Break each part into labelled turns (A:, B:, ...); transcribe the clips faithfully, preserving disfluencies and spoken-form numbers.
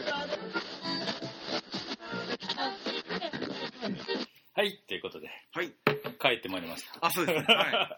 A: はい、ということで、
B: はい、
A: 帰ってまいりました。
B: あ、そうですね。はい、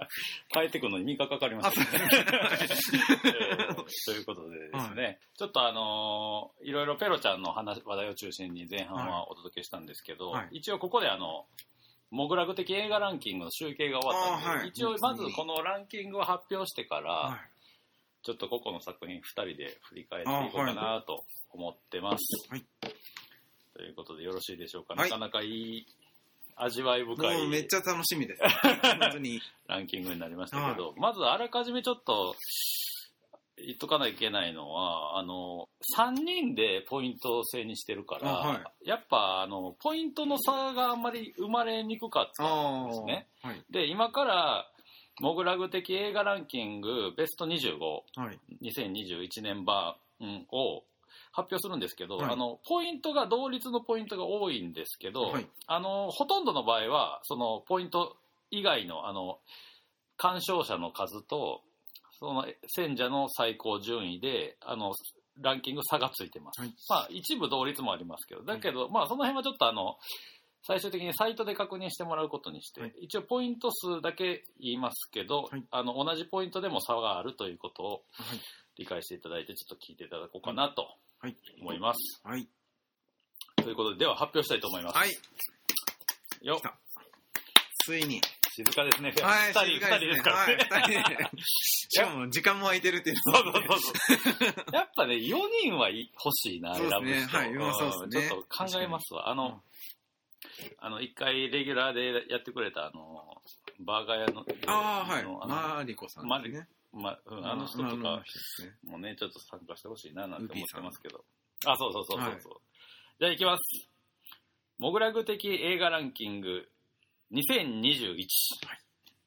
A: 帰ってくるのにみっかかかりました、ね。えー、ということでですね、はい、ちょっとあのー、いろいろペロちゃんの話話題を中心に前半はお届けしたんですけど、はい、一応ここであのモグラグ的映画ランキングの集計が終わったので、はい、一応まずこのランキングを発表してから、はい、ちょっと個々の作品ふたりで振り返っていこうかなと思ってます。はい、ということでよろしいでしょうか。なかなかいい味わい深い
B: もうめっちゃ楽しみです本当に
A: ランキングになりましたけど、はい、まずあらかじめちょっと言っとかないといけないのは、あのさんにんでポイント制にしてるから、はい、やっぱあのポイントの差があんまり生まれにくかったんですね、はい、で今からモグラグ的映画ランキングベストにじゅうご、はい、にせんにじゅういちねん版を発表するんですけど、はい、あのポイントが同率のポイントが多いんですけど、はい、あのほとんどの場合はそのポイント以外のあの鑑賞者の数とその選者の最高順位であのランキング差がついてます、はい、まあ一部同率もありますけど、だけど、はい、まあその辺はちょっとあの最終的にサイトで確認してもらうことにして、はい、一応ポイント数だけ言いますけど、はい、あの同じポイントでも差があるということを理解していただいてちょっと聞いていただこうかなと思います、はいはい、ということででは発表したいと思います、はい、よっ
B: ついに
A: 静かですね。はい、ふたり、ふたりですからね。はい、ふたりで。
B: しかも時間も空いてるっていう、ね。
A: そうそうそうそう。やっぱね、よにんは欲しいな、選ぶ人。そうですね。はい、まあ、そうですね。ちょっと考えますわ。あの、あの、一回レギュラーでやってくれた、あの、バーガー屋の、
B: ああ、はい。マリコさんですね。
A: ま、うん、あの人とかもね、ちょっと参加してほしいな、なんて思ってますけど。あ、そうそうそうそうそう。はい、じゃあ行きます。モグラグ的映画ランキング、にせんにじゅういち、はい、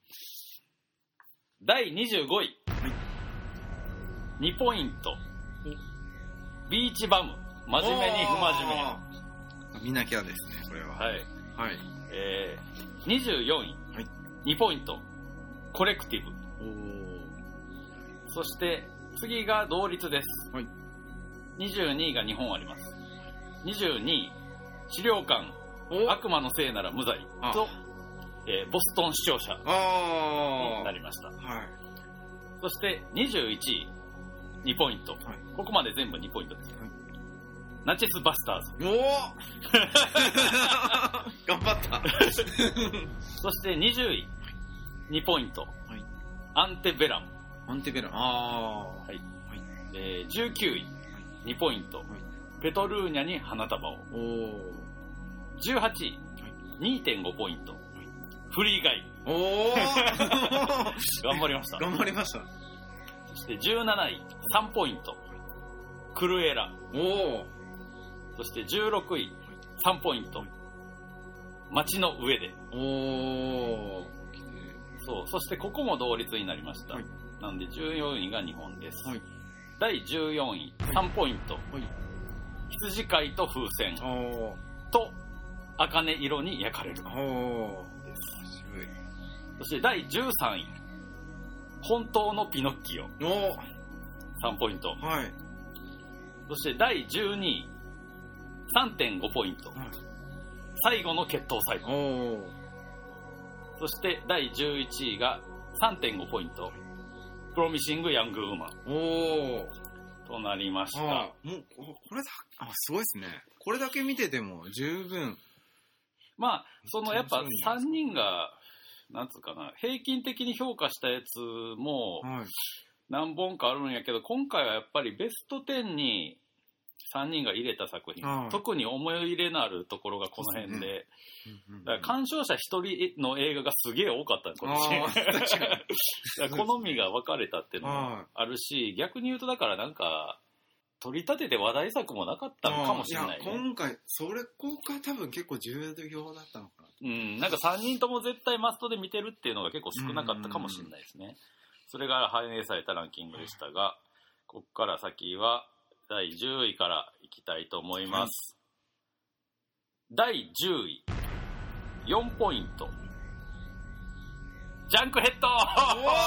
A: だいにじゅうごい、はい、にポイント、ビーチバム、真面目に不真面
B: 目。見なきゃですね、これは。はい。
A: はい。えー、にじゅうよんい、はい、にポイント、コレクティブ。おそして次が同率です。はい。にじゅうにいがにほんあります。にじゅうにい、資料館、悪魔のせいなら無罪と、えー、ボストン視聴者になりました、はい、そしてにじゅういちいにポイント、はい、ここまで全部にポイントです、はい、ナチスバスターズ。お
B: 頑張った
A: そしてにじゅういにポイント、はい、アンテベラム。
B: アンテベラム、あー、はい、
A: えー、じゅうきゅういにポイント、はい、ペトルーニャに花束を。おじゅうはちい、はい、にてんごポイント、フリーガイ。お頑張りました。
B: 頑張りました。
A: そしてじゅうなない、さんポイント、クルエラ。おそしてじゅうろくい、さんポイント、街の上で。おそう、そしてここも同率になりました。はい、なんでじゅうよんいがにほんです。はい、だいじゅうよんい、さんポイント、はい、羊飼いと風船と茜色に焼かれる。おそしてだいじゅうさんい、本当のピノッキオ。おさんポイント。はい。そしてだいじゅうにい、さんてんごポイント。はい、最後の決闘裁判。おそしてだいじゅういちいが さんてんごポイント。プロミシングヤングウーマン。おとなりました。も
B: うこれだ、あ、すごいですね。これだけ見てても十分。
A: まあそのやっぱさんにんがなんつうかな、平均的に評価したやつも何本かあるんやけど、今回はやっぱりベストじゅうにさんにんが入れた作品、特に思い入れのあるところがこの辺で、だから鑑賞者ひとりの映画がすげえ多かったんです、今年。好みが分かれたっていうのもあるし、逆に言うとだからなんか取り立てて話題作もなかったのかもしれないね。
B: いや今回それこが多分結構重要だったのかな。
A: うん、なんかさんにんとも絶対マストで見てるっていうのが結構少なかったかもしれないですね。それが反映されたランキングでしたが、ここから先はだいじゅういからいきたいと思います。はい、だいじゅうい、よんポイント、ジャンクヘッド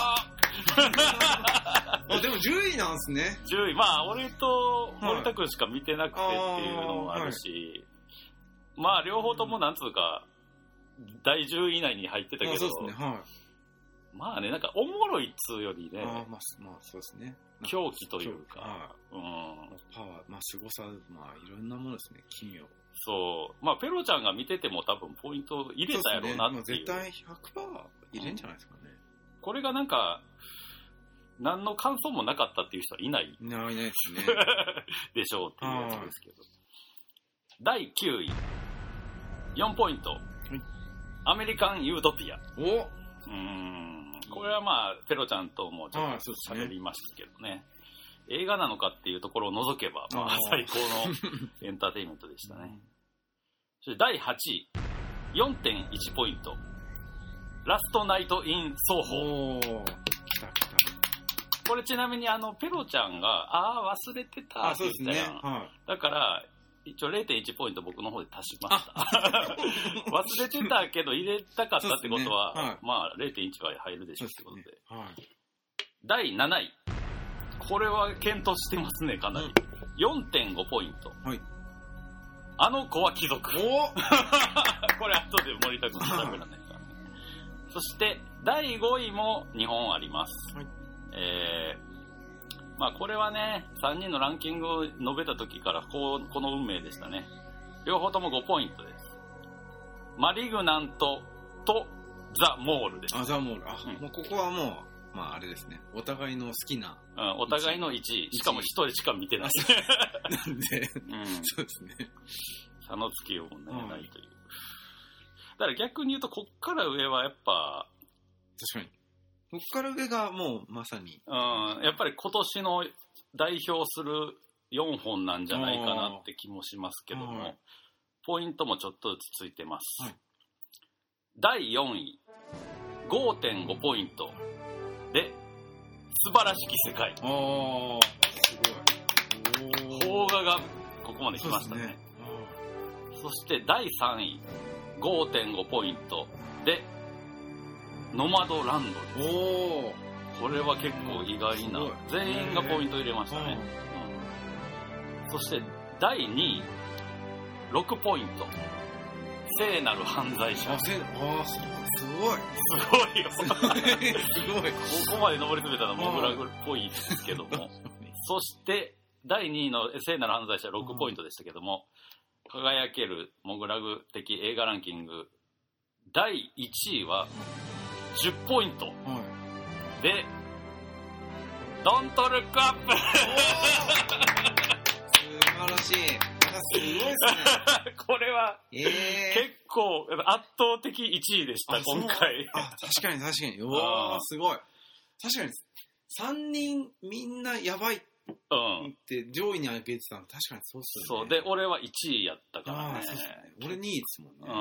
B: あ、でもじゅういなんすね。
A: じゅうい、まあ俺と森田君しか見てなくてっていうのもあるし、はい、まあ両方ともなんつうかだいじゅうい以内に入ってたけど、
B: そうですね、はい、
A: まあね、なんかおもろいっつうよりね、
B: あ、まあ、まあそうですね、
A: 狂気というか、
B: はい、うん、パワー、まあ凄さ、まあいろんなものですね、奇妙。
A: そう、まあペロちゃんが見てても多分ポイント入れたやろうなっていう。
B: そうですね、まあ、絶対 ひゃくパーセント 入れんじゃないですかね、うん、
A: これがなんか何の感想もなかったっていう人はいない。
B: いないですね。
A: でしょうっていうやつですけど。だいきゅうい、よんポイント。はい、アメリカン・ユートピア。
B: お、
A: うーん、これはまあ、ペロちゃんともちょっと喋りましたけどね。映画なのかっていうところを除けば、まあ、最高のエンターテインメントでしたね。そしてだいはちい、よんてんいちポイント。ラストナイト・イン・ソーホー。
B: おー、来た来た。
A: これちなみにあのペロちゃんがああ忘れてたって言ったやん、ね、はい、だから一応 れいてんいち ポイント僕の方で足しました忘れてたけど入れたかったってことは、ね、はい、まあ れいてんいち は入るでしょうってことで、ね、はい、だいなない、これは検討してますねかなり、うん、よんてんご ポイント、はい、あの子は貴族。おこれ後で森田君のためなんですからねそしてだいごいもにほんあります、はい、えー、まあこれはねさんにんのランキングを述べた時からこうこの運命でしたね。両方ともごポイントです。マリグナントとザ・モールです。
B: あ、ザ・モール、あ、うん、もうここはもうまああれですね、お互いの好きな、
A: うん、お互いのいちい、しかもひとりしか見てない
B: なんで、うん、そうですね、
A: 差のつきようも、ね、うん、ないという。だから逆に言うとこっから上はやっぱ
B: 確かにこっから上がもうまさに、
A: うん、やっぱり今年の代表するよんほんなんじゃないかなって気もしますけども、はい、ポイントもちょっとずつついてます、はい、だいよんい ごてんご ポイントで素晴らしき世界。
B: おー、す
A: ごい。邦画がここまで来ました ね, そ, そしてだいさんい ごてんご ポイントでノマドランドです。おー、これは結構意外な、全員がポイント入れましたね、うん、そしてだいにいろくポイント、聖なる犯罪者。
B: あ、せあすごい
A: すごいよ
B: すごい
A: ここまで上り詰めたのはモグラグっぽいですけどもそしてだいにいの聖なる犯罪者ろくポイントでしたけども、輝けるモグラグ的映画ランキングだいいちいはじゅっポイント、はい、でドントルックアップ
B: 素晴らしい、すごいですね
A: これは、
B: えー、
A: 結構圧倒的いちいでした今回。
B: あ、確かに確かに、うわーすごい、確かにさんにんみんなやばいって上位に上げてたの、確かにそうっすよね。
A: そうで俺はいちいやったからね。
B: そうですね、俺にいですもんね。
A: うん、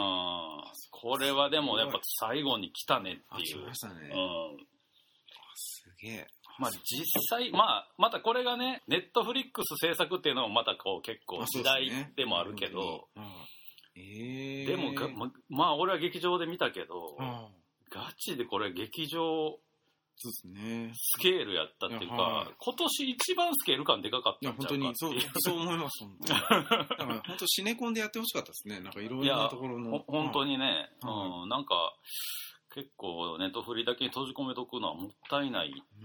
A: これはでもやっぱ最後に来たねっていう。
B: あ、来ましたね。
A: うん、
B: すげえ。
A: まあ実際、まあまたこれがね、ネットフリックス制作っていうのもまたこう結構時代でもあるけど、
B: ね、えー、
A: でもま、まあ俺は劇場で見たけど、ガチでこれ劇場
B: そうですね、
A: スケールやったっていうか、はい、今年一番スケール感でかかったんちゃうかっていう。いや
B: 本当にそう、そう思います本当に。だから本当シネコンでやってほしかったですね。なんかいろいろなところの。いや
A: 本当にね、はい、うん、なんか結構ネットフリだけに閉じ込めとくのはもったいない、うん、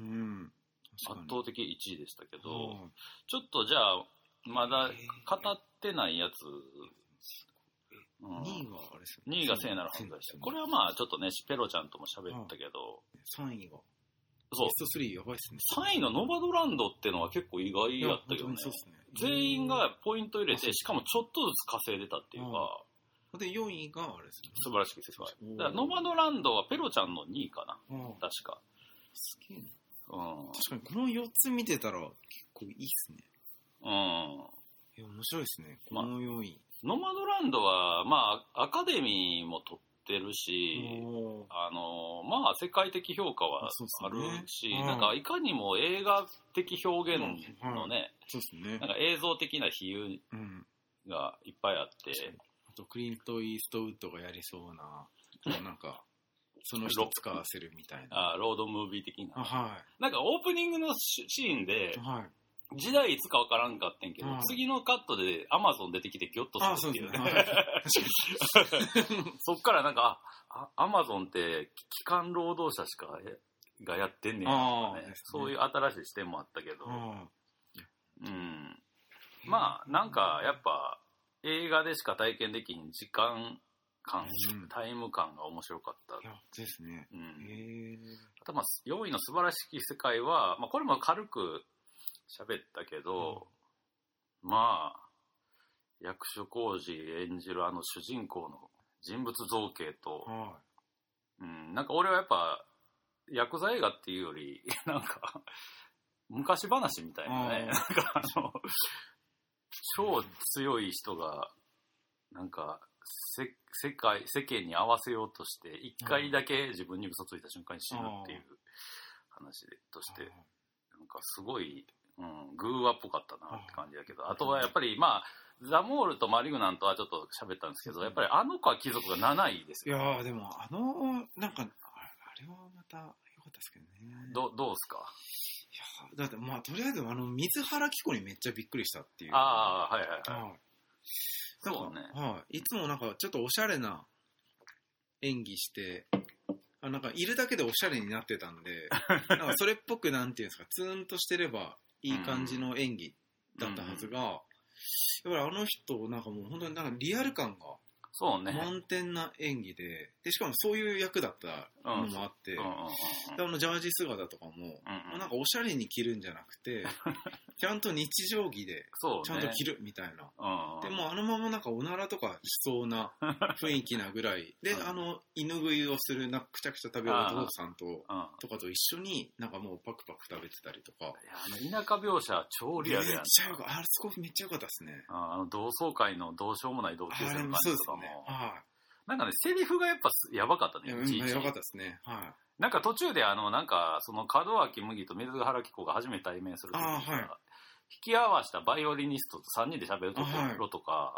A: 圧倒的いちいでしたけど、うん、ちょっとじゃあまだ語ってないやつ、
B: うん、にいはあれですよ
A: ね。にいが聖なる犯罪者。これはまあちょっとねペロちゃんとも喋ったけど、
B: さんいが
A: そう
B: ベストスリーやばいっすね。
A: さんいのノバドランドってのは結構意外だったよね。そうっすね、全員がポイント入れて、しかもちょっとずつ稼いでたっていうか。
B: でよんいがあれですね、
A: 素晴らしき世界。だからノバドランドはペロちゃんのにいかな、確か。
B: すげえな、
A: うん、
B: 確かにこのよっつ見てたら結構いいっすね。
A: うん、
B: いや面白いっすねこのよんい、
A: ま、ノマドランドはまあアカデミーも取ってるし、あのまあ世界的評価はあるし、ね、なんかいかにも映画的表現のね、
B: そうですね、
A: なんか映像的な比喩がいっぱいあって、
B: あとクリント・イーストウッドがやりそうななんかその人使わせるみたい
A: な。あ、ロードムービー的な。
B: はい。
A: なんかオープニングのシーンで、
B: はい。
A: 時代いつかわからんかってんけど、はい、次のカットでアマゾン出てきてギョッとするっていうね。そっからなんか、あ、アマゾンって基幹労働者しかがやってんねんとかね、ね、そういう新しい視点もあったけど、うん。まあ、なんかやっぱ映画でしか体験できひん時間感、うん、タイム感が面白かった。
B: いやですね。うん、へ
A: あとまあよんいの素晴らしき世界は、まあ、これも軽く喋ったけど、うん、まあ役所広司演じるあの主人公の人物造形と、はい、うん、なんか俺はやっぱヤクザ映画っていうよりなんか昔話みたいなね、なんかあの超強い人がなんかせ世界世間に合わせようとして一回だけ自分に嘘ついた瞬間に死ぬっていう話としてなんかすごい、うん、グーワっぽかったなって感じだけど、あとはやっぱりまあザモールとマリグナントはちょっと喋ったんですけど、やっぱりあの子は貴族がなないですよ、ね。
B: いやーでもあのなんかあれはまた良かったですけどね。
A: どどうすか。
B: いやだってまあとりあえずあの水原希子にめっちゃびっくりしたっていう。
A: ああはいはいはい。はい、
B: そうね。はい、いつもなんかちょっとおしゃれな演技してあなんかいるだけでおしゃれになってたんでなんかそれっぽくなんていうんですかツーンとしてればいい感じの演技だったはずが、うん、やっぱりあの人なんかもう本当になんかリアル感が
A: そうね
B: 満点な演技 で, でしかもそういう役だったのもあって、うんうんうん、であのジャージ姿とかも、うんうん、なんかおしゃれに着るんじゃなくてちゃんと日常着でちゃんと着るみたいな、ね、でもあのままなんかおならとかしそうな雰囲気なぐらいで、うん、あの犬食いをするなくちゃくちゃ食べるお父さんと、うん、とかと一緒になんかもうパクパク食べてたりとか、
A: いやあの田舎描写超リアルやん。めっちゃよか
B: った。あれそこめっちゃよかったですね。
A: あの同窓会のどうしようもない同級生の感じとかも、ね、
B: はい。
A: なんかね、セリフがやっぱやばかったね。
B: いや、いちいちやばかったですね。はい。
A: なんか途中であの、なんか、その門脇麦と水原希子が初めて対面するときに、はい、引き合わせたバイオリニストとさんにんで喋るところとか、はい、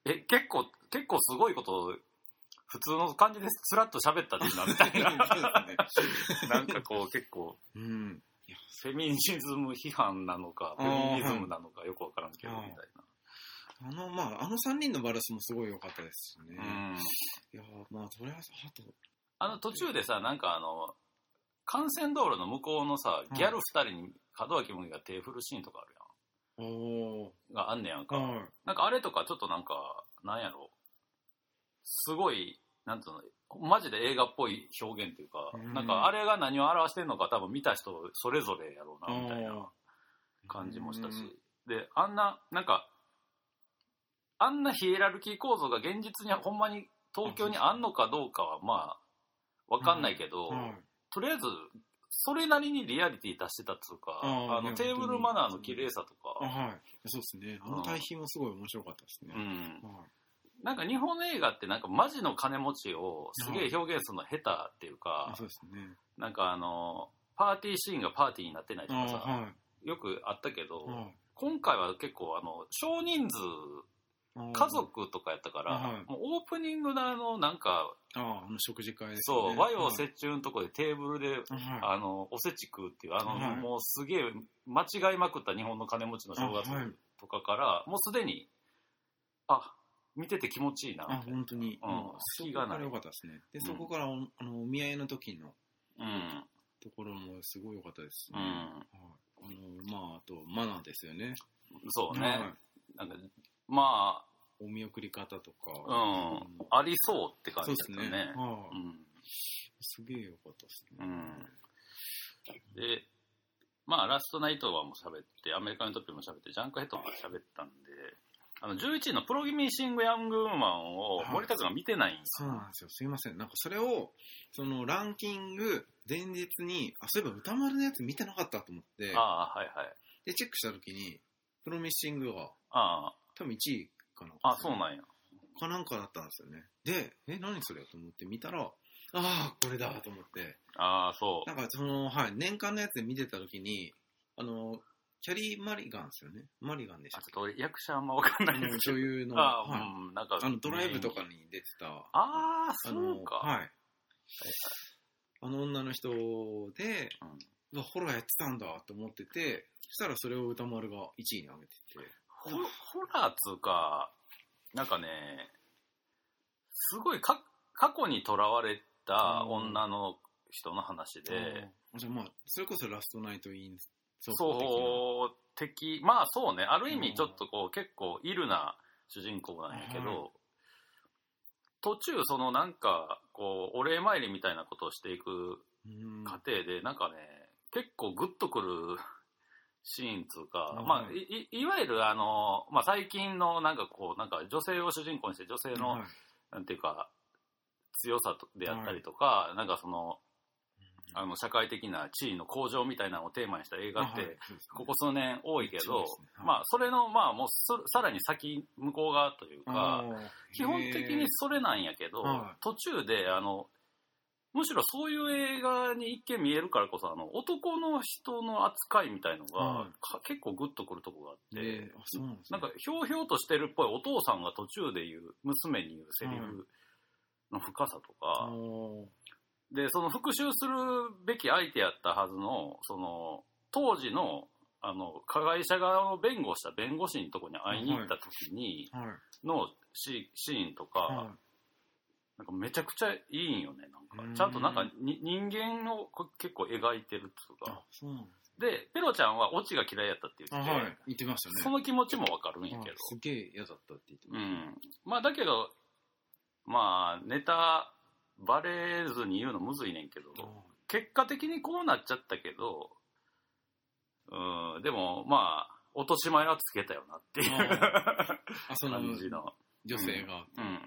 A: え、結構、結構すごいことを、普通の感じでスラッと喋ったっていうな、みたいな。ね、なんかこう結構、うん、フェミニズム批判なのか、フェミニズムなのかよくわからんけど、みたいな。
B: あの、まあ、あのさんにんのバランスもすごい良かったですしね。うん。いや、まあ、とりあえず、あと。
A: あの、途中でさ、なんかあの、幹線道路の向こうのさ、ギャルふたりに門脇麦が手振るシーンとかあるやん。おー。があんねやんか。はい、なんかあれとかちょっとなんか、なんやろ。すごい、なんていうの、マジで映画っぽい表現っていうか、うん、なんかあれが何を表してんのか多分見た人それぞれやろうな、みたいな感じもしたし。で、あんな、なんか、あんなヒエラルキー構造が現実にほんまに東京にあんのかどうかはまあわかんないけど、うんはい、とりあえずそれなりにリアリティ出してたっていうか、あのテーブルマナーの綺麗さとか、
B: はい、そうですね。あの対比もすごい面白かったですね。うん
A: はい、なんか日本映画ってなんかマジの金持ちをすげえ表現するの下手っていうか、はい、
B: そうですね。
A: なんかあのパーティーシーンがパーティーになってないとかさ、はい、よくあったけど、はい、今回は結構あの少人数家族とかやったから、はい、もうオープニングのあのなんか
B: ああの食事会です
A: ね。そう和洋折衷のところでテーブルで、はい、あのおせち食うっていうあの、はい、もうすげえ間違いまくった日本の金持ちの正月とかから、はい、もうすでにあ見てて気持ちいいなみたいな。
B: あ本当に。うん。隙がない。そこから良かったですね。で、うん、そこからおあのお見合いの時の、うん、ところもすごい良かったですね。うん、はい、あのまああとマナーですよね。
A: そうね。はい、なんかまあ
B: お見送り方とか、
A: うんうん、ありそうって感じですね。そうですね。はあうん、
B: すげえ良かったですね。
A: うん、で、まあラストナイトワンも喋って、アメリカントッピーも喋って、ジャンクヘッドも喋ったんで、あのじゅういちいのプロギミーシングヤングウーマンを森田君が見てないんです
B: よ。そうなんですよ。すいません。なんかそれをそのランキング前日に、あそういえば歌丸のやつ見てなかったと思って、
A: あはいはい。
B: でチェックした時にプロミッシングが
A: あ
B: 多分いちいかな。
A: あ、そうなんや。
B: かなんかだったんですよね。で、え、何それと思って見たら、ああ、これだと思って。
A: ああ、そう。
B: なんかその、はい、年間のやつで見てた時に、あの、キャリー・マリガンですよね。マリガンでしたっけ。
A: ちょっと役者あんま分かんないです
B: けど。女優の、
A: あ、はい、うん、なんか
B: あのドライブとかに出てた。
A: ああ、そうか。
B: はい。 あの女の人で、うん、ホラーやってたんだと思ってて、そしたらそれを歌丸がいちいに上げてて。
A: ホ, ホラーっつうか、なんかね、すごいか過去にとらわれた女の人の話で。
B: うん、じゃあまあ、それこそラストナイトイン
A: そう的、まあそうね、ある意味ちょっとこう結構イルな主人公なんやけど、はい、途中そのなんかこうお礼参りみたいなことをしていく過程でなんかね結構グッとくるシーンつうか、はい、まあ い, いわゆるあの、まあ、最近のなんかこうなんか女性を主人公にして女性の、はい、なんていうか強さであったりとか、はい、なんかそのあの社会的な地位の向上みたいなのをテーマにした映画ってここ数年多いけど、はいまあそれのまあもうさらに先向こう側というか基本的にそれなんやけど途中であのむしろそういう映画に一見見えるからこそあの男の人の扱いみたいのが結構グッとくるとこがあってなんかひょうひょうとしてるっぽいお父さんが途中で言う娘に言うセリフの深さとかで、その復讐するべき相手やったはずの、その、当時の、あの、加害者側を弁護した弁護士のとこに会いに行った時に、のシーンとか、はい、なんかめちゃくちゃいいんよね、なんか。ちゃんとなんかに人間を結構描いてるっていうか。そうで、ペロちゃんはオチが嫌いやったって言って、
B: はい、言ってましたね。
A: その気持ちもわかるんやけど。
B: すげえ嫌だったって言ってました、
A: ね。うん。まあだけど、まあ、ネタ、バレずに言うのむずいねんけど、結果的にこうなっちゃったけど、うん、でもまあ落とし前はつけたよなっていう
B: あその感じの女性が、うんうんうん、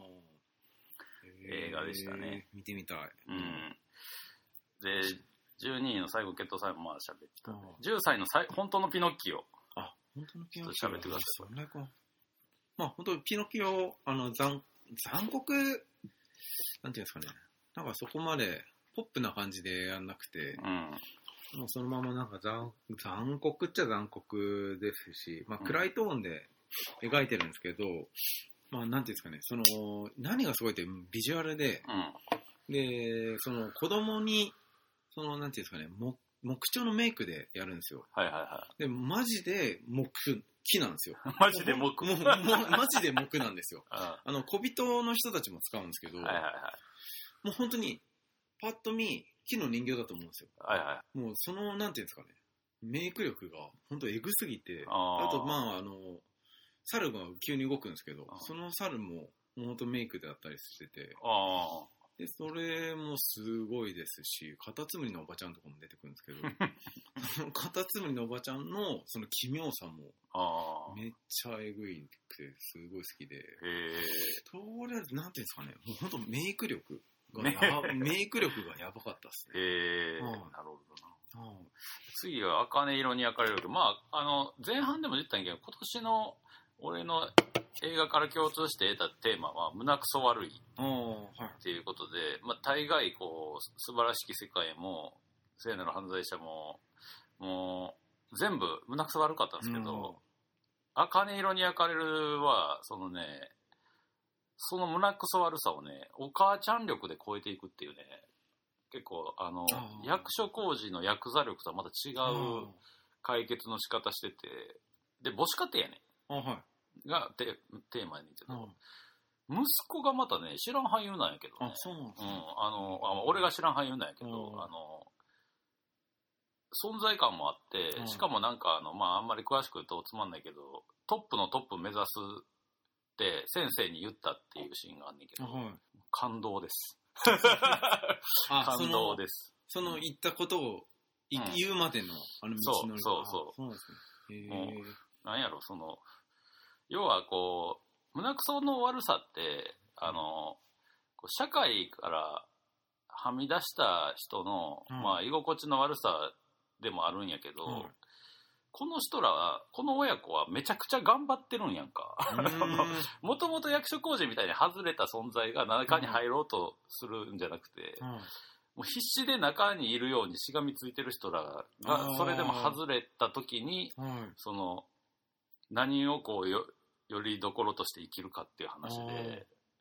A: 映画でしたね。
B: 見てみたい。
A: うん、でじゅうにいの最後決闘最後まあ喋ってた、ね、じゅっさいのさい本当のピノッキオ。
B: あ本当のピノッキオ
A: 喋ってください。
B: それかまあ本当ピノッキオあの残残酷なんていうんですかね、なんかそこまでポップな感じでやんなくて、うん、もうそのままなんか 残, 残酷っちゃ残酷ですし、まあ、暗いトーンで描いてるんですけど、うん、まあなんていうんですかね、その何がすごいってビジュアルで、うん、でその子供にそのなんていうんですかね、木木彫のメイクでやるんですよ。
A: はいはいはい。
B: でマジで木木なんですよ。
A: マジで木
B: もうもうマジで木なんですよ。あの小人の人たちも使うんですけど、はいはいはい、もう本当にパッと見木の人形だと思うんですよ。はいはい、もうそのなんていうんですかね、メイク力が本当エグすぎて、あ, あとまああの猿が急に動くんですけど、その猿ももう本当メイクであったりしてて、あでそれもすごいですし、カタツムリのおばちゃんとかも出てくるんですけどそのカタツムリのおばちゃんのその奇妙さもめっちゃエグいくてすごい好きで、へとりあえずなんていうんですかね、もう本当メイク力がやメイク力がやばかったですね。
A: へー、なるほどな。次は茜色に焼かれる。まああの前半でも言ったんやけど、今年の俺の映画から共通して得たテーマは胸くそ悪いっていうことで、まあ、大概こう素晴らしき世界も聖なる犯罪者ももう全部胸くそ悪かったんですけど、茜色に焼かれるはそのね、その胸くそ悪さをねお母ちゃん力で超えていくっていうね、結構あの役所広司のヤクザ力とはまた違う解決の仕方してて、で母子家庭やねん、はいが テ, テーマやねんけど、うん、息子がまたね知らん俳優なんやけどね、あそうなんですね、うん、あのあ俺が知らん俳優なんやけど、あの存在感もあって、うん、しかもなんかあのまああんまり詳しく言うとつまんないけど、トップのトップ目指すって先生に言ったっていうシーンがあんねんけど、はい、感動です感動です。
B: その言ったことを、うん、言うまでのあの道のり、
A: そうそうそう、そうですね、へー、なんやろ、その要はこう胸くその悪さってあの社会からはみ出した人の、うん、まあ、居心地の悪さでもあるんやけど、うん、この人らはこの親子はめちゃくちゃ頑張ってるんやんか。もともと役所広司みたいに外れた存在が中に入ろうとするんじゃなくて、うん、もう必死で中にいるようにしがみついてる人らがそれでも外れた時に、うん、その何をこうよよりどころとして生きるかっていう話で、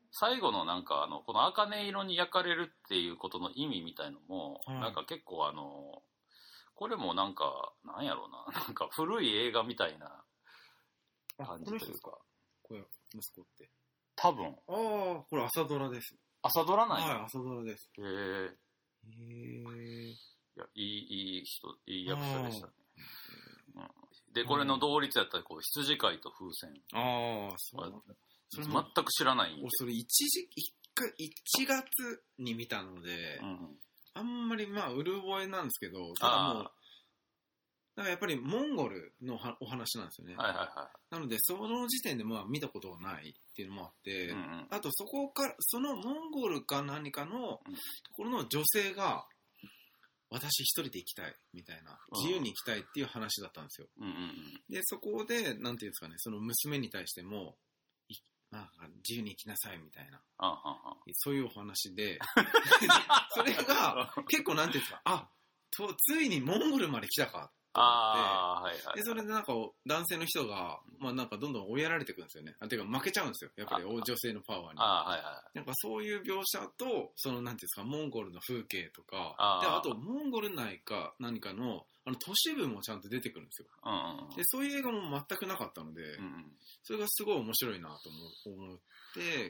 A: 最後のなんかあのこの茜色に焼かれるっていうことの意味みたいのも、はい、なんか結構あのこれもなんかなんやろうななんか古い映画みたいな感じというか。
B: これ息子って
A: 多分。
B: ああ、これ朝ドラです。
A: 朝ドラなんや。
B: はい、朝ドラです。
A: へえ。へえ。いや、いい、いい人、いい役者でしたね。うん、で、これの同率やったら、こう、羊飼いと風船。
B: ああ、そう。
A: 全く知らないんで。
B: それ一時、一回、いちがつに見たので、うん、あんまりまあ、うる覚えなんですけど、ただもう、だからやっぱりモンゴルのお話なんですよね。
A: はいはいはい。
B: なので、その時点でまあ見たことがないっていうのもあって、うんうん、あとそこから、そのモンゴルか何かのところの女性が、私一人で行きたいみたいな、自由に行きたいっていう話だったんですよ。うんうんうん、で、そこで、なんていうんですかね、その娘に対しても、まあ、自由に行きなさいみたいな、あははそういうお話で、それが結構なんていうんですか、あ、とついにモンゴルまで来たか。あはいはい、でそれでなんか男性の人が、まあ、なんかどんどん追いやられていくんですよね。あていうか負けちゃうんですよやっぱり女性のパワーに。あ、はいはい、なんかそういう描写とそのなんていうんですかモンゴルの風景とか あ, であとモンゴル内か何か の, あの都市部もちゃんと出てくるんですよ。うんうん、でそういう映画も全くなかったので、うんうん、それがすごい面白いなと思って、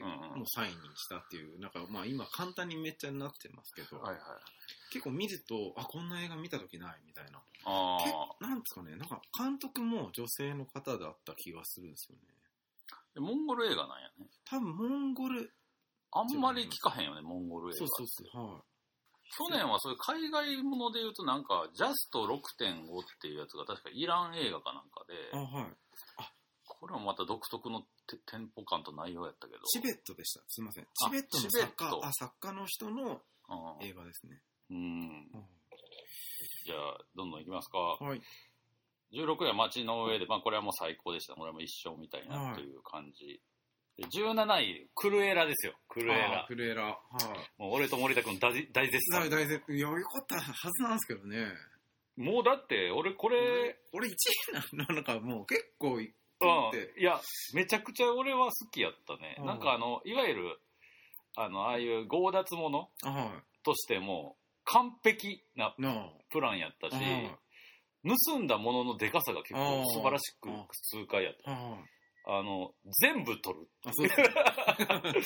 B: うんうん、もうサインにしたっていうなんか、まあ、今簡単にめっちゃなってますけど、はいはい、結構見るとあこんな映画見た時ないみたいな。あなんですかね、なんか監督も女性の方だった気がするんですよね。
A: モンゴル映画なんやね。
B: 多分モンゴル
A: あんまり聞かへんよねモンゴル映画って。
B: そうそうそう、はい。
A: 去年はそういう海外もので言うとなんかジャスト ろくてんご っていうやつが確かイラン映画かなんかで、あ、はい、あこれもまた独特のテンポ感と内容やったけど。
B: チベットでした。すいません。チベットの作家、あ作家の人の映画ですね。うん。うん
A: じゃあどんどんいきますか。はい。じゅうろくいは街の上で、まあこれはもう最高でした。これも一生みたいなという感じ。はい、じゅうなないクルエラですよ。クルエラ。
B: クルエラ。はい。
A: もう俺と森田君大大絶賛。
B: 大絶賛。いやよかったはずなんですけどね。
A: もうだって俺これ
B: 俺いちいなのかもう結構いって、
A: うん、いやめちゃくちゃ俺は好きやったね。なんかあのいわゆるあのああいう強奪ものとしても完璧なプランやったし、盗んだもののでかさが結構素晴らしく痛快やった。あの全部取る。あそうですね、うん、確かに。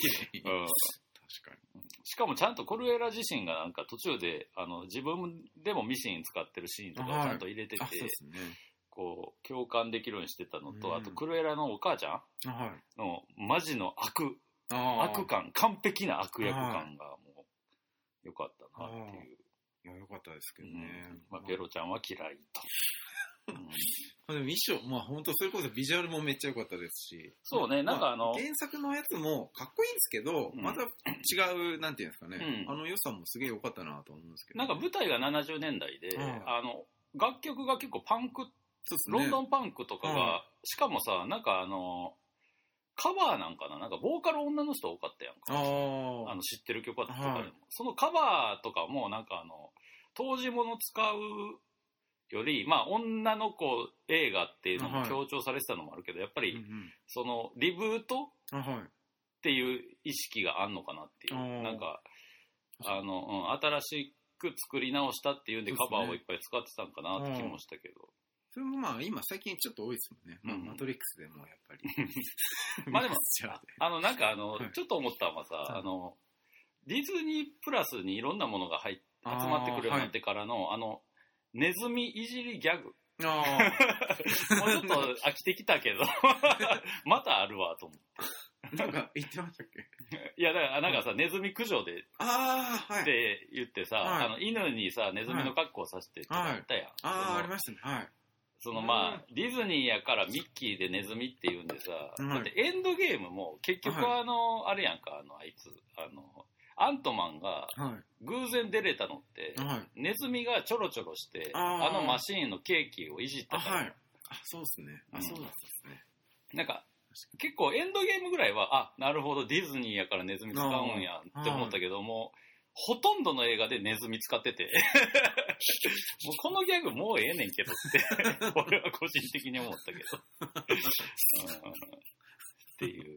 A: しかもちゃんとコルエラ自身がなんか途中であの自分でもミシン使ってるシーンとかちゃんと入れてて、はいね、こう共感できるようにしてたのと、うん、あとクルエラのお母ちゃんのマジの悪悪感、完璧な悪役感がもう良かったなっていう。
B: いや良かったですけどね。
A: うん、まあベロちゃんは嫌いと。
B: うん、でも衣装、まあ本当それこそビジュアルもめっちゃ良かったですし。
A: そうね、なんかあの、まあ、
B: 原作のやつもかっこいいんですけど、うん、また違うなんていうんですかね、うん、あの良さもすげえ良かったなと思うんですけど、
A: ね。なんか舞台がななじゅうねんだいで、うん、あの楽曲が結構パンク、ね、ロンドンパンクとかが、うん、しかもさなんかあのカバーなんかななんかボーカル女の人多かったやんか。ああの知ってる曲とかでも、はい、そのカバーとかもなんかあの当時もの使うより、まあ、女の子映画っていうのも強調されてたのもあるけど、やっぱり、その、リブートっていう意識があんのかなっていう。なんか、あの、うん、新しく作り直したっていうんでカバーをいっぱい使ってたんかなって気もしたけど。
B: それもまあ、今最近ちょっと多いですもんね。まあ、うん、マトリックスでもやっぱり。
A: まあでも、あの、なんかあの、はい、ちょっと思ったのはさ、はい、あの、ディズニープラスにいろんなものが入って、集まってくるようになってからの、あ,、はい、あの、ネズミいじりギャグ。あもうちょっと飽きてきたけど、またあるわと思って。
B: なんか言ってましたっけ？
A: いや、だからなんかさ、ネズミ駆除で、ああ、はい。って言ってさ、はい、あの、犬にさ、ネズミの格好をさせてって言ったやん。はい、
B: ああ、ありましたね。はい。
A: そのまあ、ディズニーやからミッキーでネズミって言うんでさ、はい、だってエンドゲームも結局あの、はい、あれやんか、あの、あいつ、あの、アントマンが偶然出れたのって、はい、ネズミがちょろちょろしてあのマシーンのケーキをいじったから。
B: あ、はい、あそうですね。あ、そうなんですね。
A: なんか結構エンドゲームぐらいはあなるほどディズニーやからネズミ使うんやって思ったけども、ほとんどの映画でネズミ使っててもうこのギャグもうええねんけどって俺は個人的に思ったけど、うん、っていう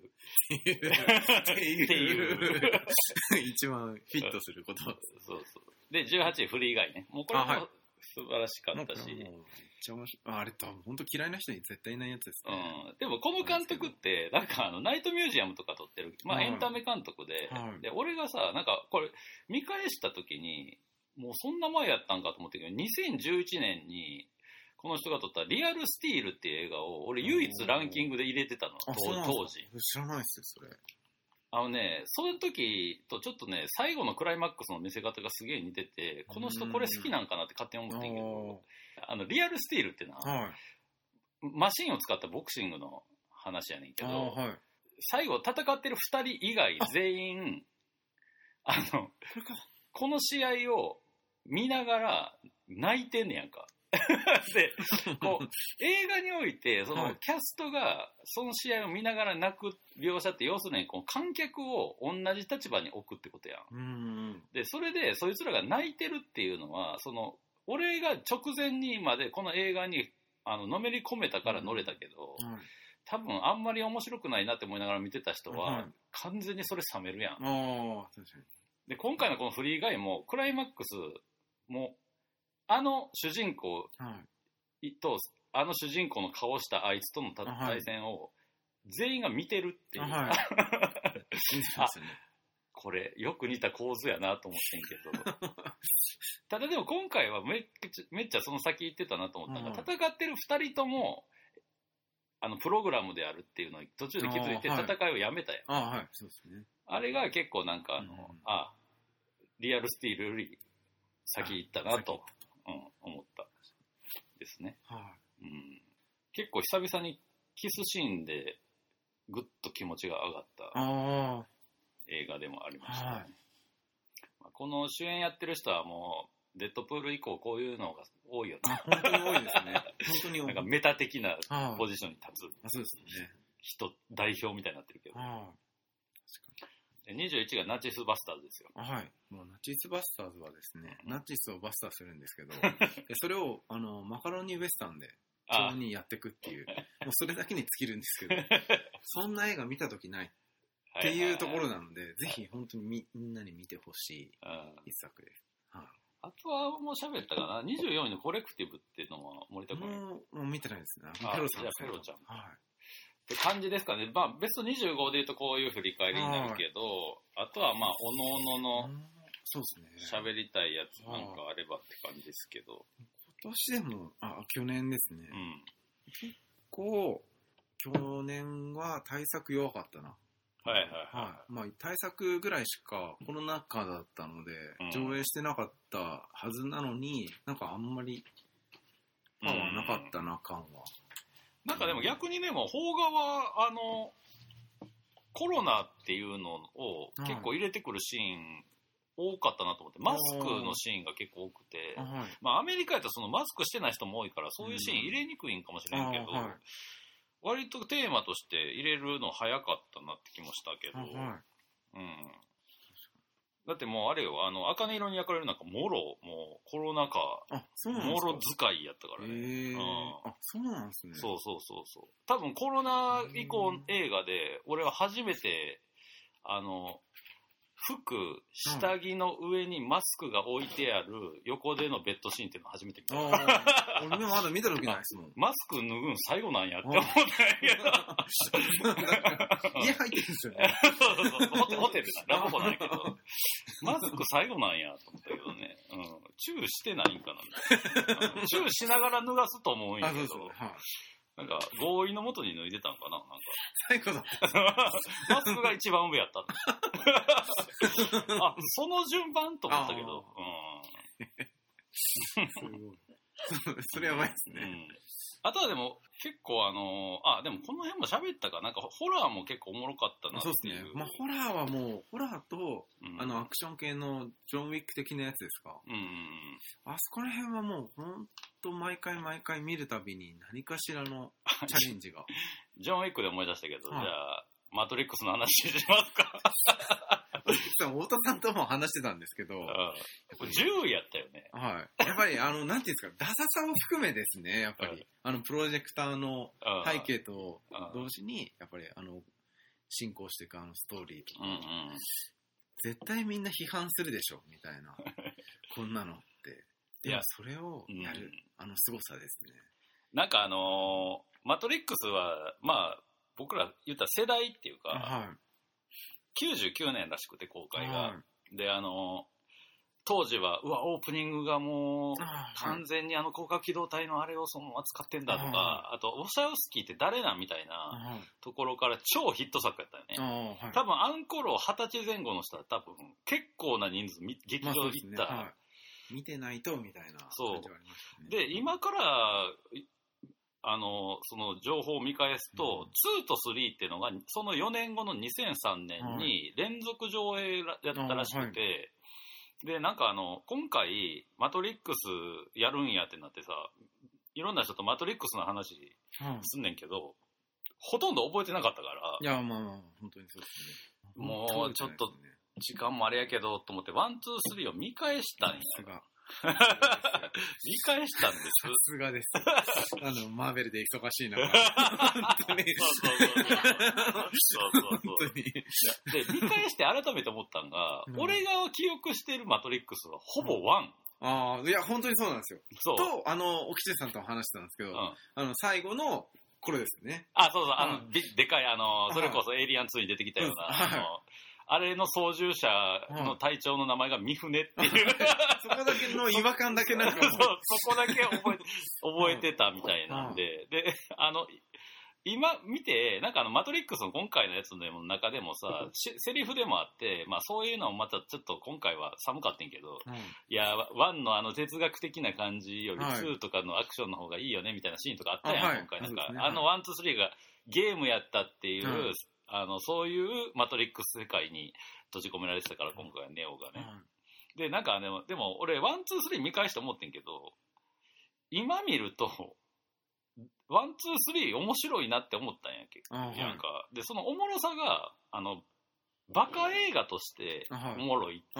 B: っていう一番フィットすることそう
A: そうでじゅうはちいフリー以外ねもうこれも素晴らしかったし、はい、
B: あ, あれ多分本当嫌いな人に絶対いないやつです
A: ね、うん、でもこの監督ってなんかあのナイトミュージアムとか撮ってる、まあ、エンタメ監督で、はい、で俺がさなんかこれ見返した時にもうそんな前やったんかと思ったけどにせんじゅういちねんにこの人が撮ったリアルスティールっていう映画を俺唯一ランキングで入れてたの当時
B: 知らないっすよそれ
A: あのねその時とちょっとね最後のクライマックスの見せ方がすげえ似ててこの人これ好きなんかなって勝手に思ってんけどあのリアルスティールってな、はい、マシンを使ったボクシングの話やねんけど、はい、最後戦ってるふたり以外全員ああのこの試合を見ながら泣いてんねやんかでこう映画においてそのキャストがその試合を見ながら泣く描写って要するにこの観客を同じ立場に置くってことやん。うんうんでそれでそいつらが泣いてるっていうのはその俺が直前にまでこの映画にあののめり込めたから乗れたけど、うんはい、多分あんまり面白くないなって思いながら見てた人は、はい、完全にそれ冷めるやん。あで今回のこのフリーガイもクライマックスもあの主人公とあの主人公の顔したあいつとの対戦を全員が見てるっていう、はい、あこれよく似た構図やなと思ってんけどただでも今回はめっちゃ、めっちゃその先行ってたなと思ったのが、はい、戦ってるふたりともあのプログラムであるっていうのを途中で気づいて戦いをやめたやん。あ、はい、そうですね。あれが結構なんかあの、うん、あリアルスティールより先行ったなと、うん、思ったですね、はいうん。結構久々にキスシーンでぐっと気持ちが上がった映画でもありましたね、はいまあ、この主演やってる人はもうデッドプール以降こういうのが多いよね。
B: 本当に多いですね。本当に多い。
A: なんかメタ的なポジションに立つ
B: そうですね。
A: 人代表みたいになってるけど。あ確かに。にじゅういちがナチスバスターズですよ。
B: はい。もうナチスバスターズはですね、ナチスをバスターするんですけど、それをあのマカロニウエスタンで今日にやっていくっていう、もうそれだけに尽きるんですけど、そんな映画見たときないっていうところなので、はいはいはい、ぜひ本当に み, みんなに見てほしい一作です。はい。
A: あとはもう喋ったかなにじゅうよんいのコレクティブっていうのは森田君
B: もうもう見てないですね。
A: ペロさんじゃあペロちゃん、はい、って感じですかね。まあベストにじゅうごでいうとこういう振り返りになるけど、はい、あとはまあおのおののそうですね喋りたいやつなんかあればって感じですけど、
B: 今年でもあ去年ですね、うん、結構去年は対策弱かったな。はいはいはい、はい、まあ対策ぐらいしかコロナ禍だったので、うん、上映してなかったはずなのになんかあんまりパワーなかったな、うん、感は
A: なんかでも逆にでも邦画はあのコロナっていうのを結構入れてくるシーン多かったなと思って、マスクのシーンが結構多くて、はい、まあアメリカやったらそのマスクしてない人も多いからそういうシーン入れにくいんかもしれんけど、うんはい割とテーマとして入れるの早かったなって気もしたけど、はいうん、だってもうあれよあの茜色に焼かれるなんかもろもうコロナ禍もろ使いやったからね、
B: えーうん、あそうなんですね。
A: そうそうそうそう多分コロナ以降映画で俺は初めてあの服下着の上にマスクが置いてある横でのベッドシーンっていうのを初めて見た。
B: あ俺もまだ見た時ないですもん。
A: マスク脱ぐん最後なんやって思ったんや
B: けど家入ってるんですよね。
A: そうそうそうホテルだラブホなんやけどマスク最後なんやと思ったけどね、うん、チューしてないんかなチューしながら脱がすと思うんやけどあそうそう、はいなんか合意のもとに脱いでたんかななんか
B: 最高だった
A: マスクが一番上やったあその順番と思ったけど
B: うんすごいそれやばいですね、うん、
A: あとはでも結構あのあでもこの辺も喋ったかなんかホラーも結構おもろかったなっていう。
B: そうですねまあホラーはもうホラーと、うん、あのアクション系のジョンウィック的なやつですか、うんうんうん、あそこら辺はもうほんと毎回毎回見るたびに何かしらのチャレンジが
A: ジョンウィックで思い出したけど、はい、じゃあマトリックスの話しますか
B: 太田さんとも話してたんですけど、
A: じゅういやったよね。
B: はい。やっぱりあのなんていうんですか、ダサさを含めですね、やっぱり、うん、あのプロジェクターの背景と同時にやっぱりあの進行していくあのストーリーとか、
A: うんうん、
B: 絶対みんな批判するでしょみたいなこんなのってでもそれをやる、うん、あの凄さですね。
A: なんかあのー、マトリックスはまあ僕ら言ったら世代っていうか、はい、きゅうじゅうきゅうねんらしくて公開が、はい、であのー当時はうわオープニングがもう完全にあの広角機動隊のあれをそのまま使ってんだとか、あとウォシャウスキーって誰なんみたいなところから超ヒット作やったよね。多分あん頃はたち前後の人は多分結構な人数劇場行った、まあねはい、
B: 見てないとみたいな感じはありましたね。
A: で今からあのその情報を見返すと、うん、ツーとスリーっていうのがそのよねんごのにせんさんねんに連続上映やったらしくて、でなんかあの今回マトリックスやるんやってなってさ、いろんな人とマトリックスの話すんねんけど、うん、ほとんど覚えてなかったから、
B: いやまあまあ本当にそうです
A: ね。もうちょっと時間もあれやけどと思ってワンツースリーを見返したんや。見返したんです。
B: さすがです。あのマーベルで忙しいな。本当に。そうそうそう
A: そう。で見返して改めて思ったんが、うん、俺が記憶してるマトリックスはほぼワン。うん、
B: ああいや本当にそうなんですよ。そうとあの沖地さんとも話してたんですけど、うん、あの最後のこれですよね。
A: あそうそうあの、うん、で, でかいあのそれこそエイリアンツーに出てきたような。はい、あのあれの操縦者の隊長の名前が三船っていう、うん、
B: そこだけの違和感だけなんか
A: そうそこだけ覚えて覚えてたみたいなんで、であの今見てなんかあのマトリックスの今回のやつの中でもさセリフでもあって、まあ、そういうのもまたちょっと今回は寒かったんけど、うん、いやワンのあの哲学的な感じよりツーとかのアクションの方がいいよねみたいなシーンとかあったやん、はい、今回なんか、ね、あのワンツースリーがゲームやったっていう、うんあのそういうマトリックス世界に閉じ込められてたから今回はネオがね、うん、でなんかねでも俺ワンツースリー見返して思ってんけど今見るとワンツースリー面白いなって思ったんやけど、なんかでそのおもろさがあのバカ映画としておもろいっていう、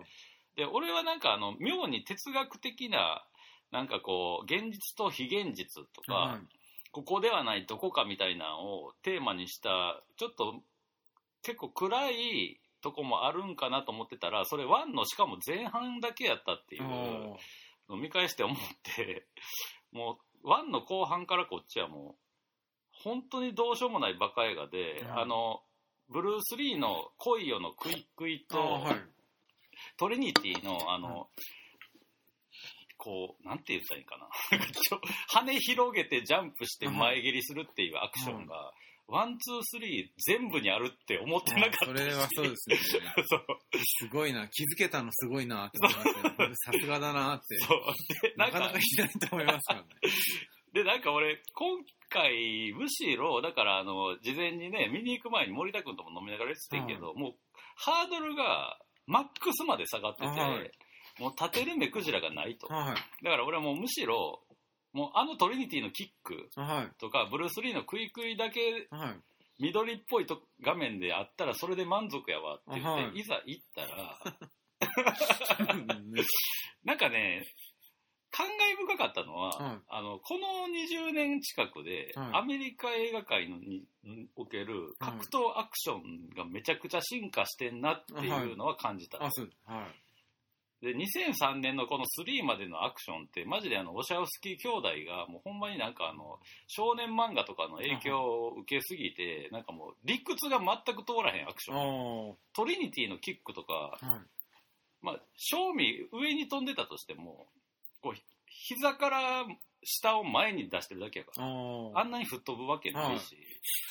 A: で俺はなんかあの妙に哲学的ななんかこう現実と非現実とか、うんここではないどこかみたいなのをテーマにしたちょっと結構暗いとこもあるんかなと思ってたらそれワンのしかも前半だけやったっていうのを見返して思ってもうワンの後半からこっちはもう本当にどうしようもないバカ映画で、うん、あのブルース・リーの恋よのクイックイと、はい、トリニティのあの、うんこうなんて言ったらいいかな羽広げてジャンプして前蹴りするっていうアクションがワンツースリー全部にあるって思ってなかったし、
B: それはそうですねすごいな気づけたのすごいなって思いましたさすがだなってそうでなかなかいないと思いますからね
A: でなんか俺今回むしろだからあの事前にね見に行く前に森田君とも飲みながら言ってたけど、うん、もうハードルがマックスまで下がってて、はいもう立てる目くじらがないと、はい、だから俺はもうむしろもうあのトリニティのキックとか、はい、ブルース・リーのクイクイだけ緑っぽいと画面であったらそれで満足やわって言って、はい、いざ行ったらなんかね感慨深かったのは、はい、あのこのにじゅうねん近くで、はい、アメリカ映画界のにおける格闘アクションがめちゃくちゃ進化してんなっていうのは感じた、はいはいでにせんさんねんのこのスリーまでのアクションってマジであのウォシャウスキー兄弟がもうほんまになんかあの少年漫画とかの影響を受けすぎてなんかもう理屈が全く通らへんアクショントリニティのキックとか、はい、まあ正味上に飛んでたとしてもこう膝から下を前に出してるだけやからあんなに吹っ飛ぶわけないし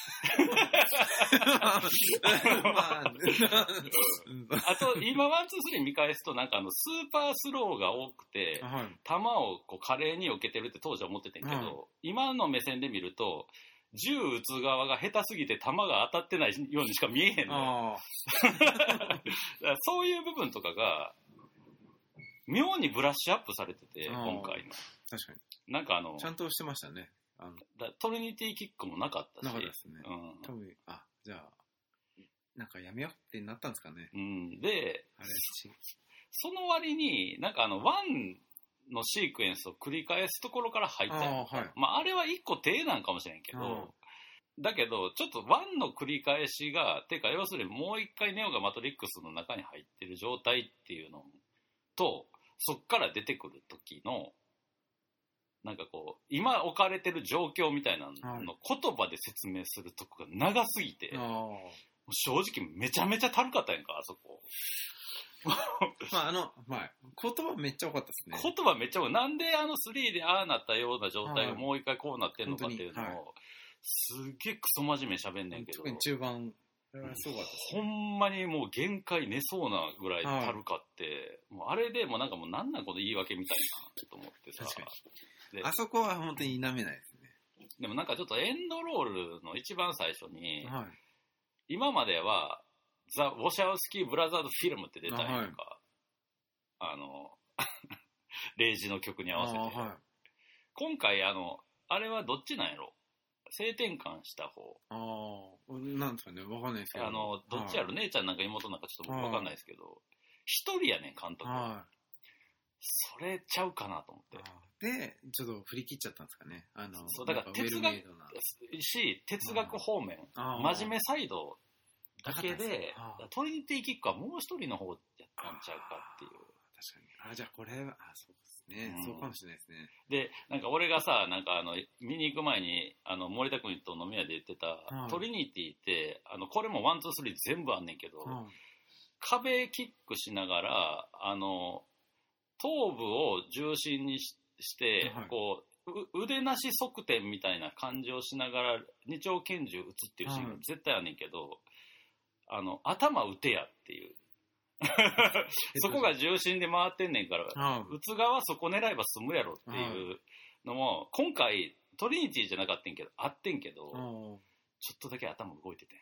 A: あと今ワンツースリー見返すとなんかあのスーパースローが多くて、はい、球をこう華麗に避けてるって当時は思ってたんやけど、はい、今の目線で見ると銃撃つ側が下手すぎて球が当たってないようにしか見えへんのそういう部分とかが妙にブラッシュアップされてて今回の
B: 確かに
A: なんかあの
B: ちゃんとしてましたねあの
A: だトリニティキックもなかったし
B: なかったですね、うん、多分あじゃあなんかやめようってなったんですかね、
A: うん、であれその割になんかあのワンのシークエンスを繰り返すところから入ったりとか、あ、はいまあ、あれは一個手なんかもしれんけど、 だけどちょっとワンの繰り返しがてか要するにもう一回ネオがマトリックスの中に入ってる状態っていうのとそっから出てくる時のなんかこう今置かれてる状況みたいなの言葉で説明するとこが長すぎて、正直めちゃめちゃたるかったやんかあそこ。
B: まああの、まあ、言葉めっちゃ多かったですね。
A: 言葉めっちゃ多い。なんであのスリーでああなったような状態がもう一回こうなってんのかっていうのを、はい、すげえクソ真面目に喋んねんけど、
B: 特に中盤すごかったですね。
A: ほんまにもう限界寝そうなぐらいたるかって、はい、もうあれでもうなんかもうなんなんこの言い訳みたいなと思ってさ、
B: であそこは本当に否めないですね。
A: でもなんかちょっとエンドロールの一番最初に、
B: はい、
A: 今まではザ・ウォシャウスキー・ブラザーズ・フィルムって出たんやんか、はい、あのレイジの曲に合わせて、はい、今回あのあれはどっちなんやろ、性転換した方、
B: ああなんですかね、わかんないですけど、
A: あのどっちやろ、はい、姉ちゃんなんか妹なんかちょっとわかんないですけど、一人やねん監督、はい、それちゃうかなと思って、
B: でちょっと振り切っちゃったんですかね。あの
A: そうだから哲学し哲学方面、真面目サイドだけでトリニティキックはもう一人の方やったんちゃうかっていう。
B: 確かに。あじゃあこれはあそうですね、うん、そうかもしれないですね。
A: でなんか俺がさなんかあの見に行く前にあの森田君と飲み屋で言ってた、うん、トリニティってあのこれもワンツースリー全部あんねんけど、うん、壁キックしながらあの頭部を重心にしして、はい、こう腕なし側転みたいな感じをしながら二丁拳銃撃つっていうシーンが絶対あんねんけど、はい、あの頭打てやっていうそこが重心で回ってんねんから、はい、撃つ側そこ狙えば済むやろっていうのも、はい、今回トリニティじゃなかったんけどあってんけど、はい、ちょっとだけ頭動いてて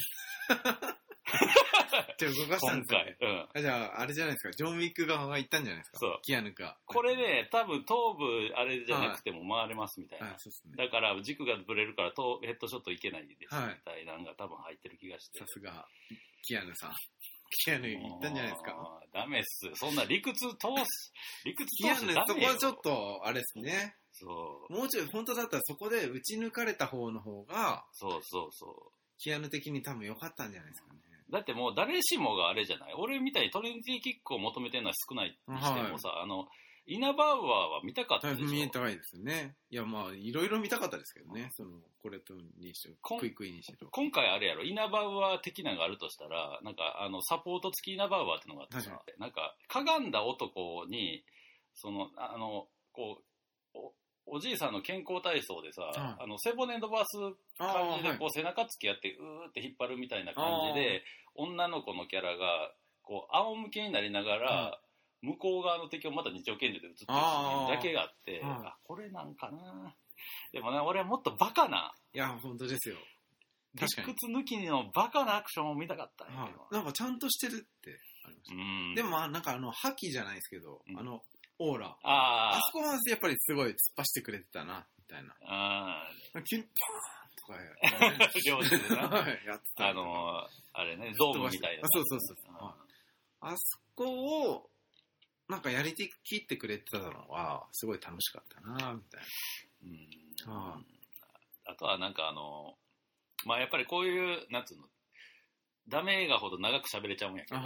B: じゃあ動かしたんですか、ね、
A: 今回、うん、
B: じゃああれじゃないですか、ジョン・ウィック側が言ったんじゃないですか。
A: そう
B: キアヌか
A: これね多分頭部あれじゃなくても回れますみたいな、はいはいそうですね、だから軸がブレるから頭ヘッドショットいけないですみたいなのが多分入ってる気がして、
B: さすがキアヌさんキアヌ言ったんじゃないですか。
A: ダメっすそんな理屈通す理屈通
B: すキアヌそこはちょっとあれですね。そうもうちょい本当だったらそこで打ち抜かれた方の方が
A: そうそうそう
B: キアヌ的に多分良かったんじゃないですかね。
A: だってもう誰しもがあれじゃない、俺みたいにトリニティキックを求めてるのは少ないにしてもさ、はい、あのイナバウアーは見たかったでしょ。
B: 見えたいですね。いやまあいろいろ見たかったですけどね、そのこれとにしてクイクイにして
A: 今回あれやろ、イナバウアー的なのがあるとしたらなんかあのサポート付きイナバウアーってのがあってさ、なんかかがんだ男にそのあのこうおじいさんの健康体操でさ、はい、あの背骨伸ばす感じでこう背中つきやってうーって引っ張るみたいな感じで女の子のキャラがこう仰向けになりながら向こう側の敵をまた二丁拳銃で撃つっていうシーンだけがあってあこれなんかな。でもね俺はもっとバカな、
B: いや本当ですよ、
A: 理屈抜きのバカなアクションを見たかったんやけど、
B: はい、なんかちゃんとしてるってありました。うんでもなんかあの覇気じゃないですけど、うん、あのオーラああそこはやっぱりすごい突っ走ってくれてたなみたいな。ああキュンパーンとか
A: 両手でなやってたあのー、あれねドームみたいな。
B: そうそうそうそう、あそこをなんかやりきってくれてたのはすごい楽しかったなみたいな。うん、
A: あ, あとはなんかあのまあやっぱりこういうなんつうのダメ映画ほど長く喋れちゃうんやけど。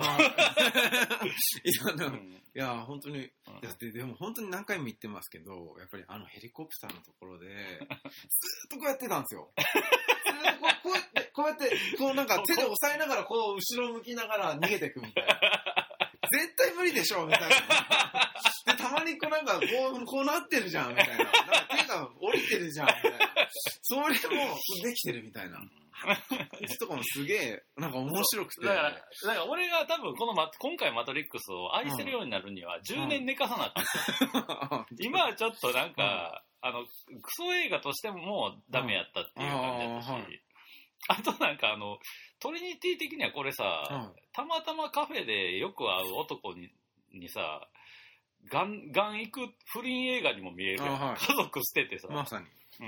B: いや、うん、いや本当に、うん、いやで、でも本当に何回も言ってますけど、やっぱりあのヘリコプターのところで、ずっとこうやってたんですよ。こうやって、こうやって、こうなんか手で押さえながら、こう後ろ向きながら逃げていくみたいな。絶対無理でしょみたいな。で、たまにこうなんか、こう、こうなってるじゃんみたいな。なんか手が降りてるじゃんみたいな。それもできてるみたいな。とかもすげえなんか面白くて、
A: だからだから俺が多分この、ま、今回マトリックスを愛せるようになるにはじゅうねん寝かさなあかん、うん、今はちょっとなんか、うん、あのクソ映画としてももうダメやったっていう感じだったし、うん、あ, あとなんかあのトリニティ的にはこれさ、うん、たまたまカフェでよく会う男ににさガンガン行く不倫映画にも見える、はい、家族捨ててさ
B: まさに
A: うん、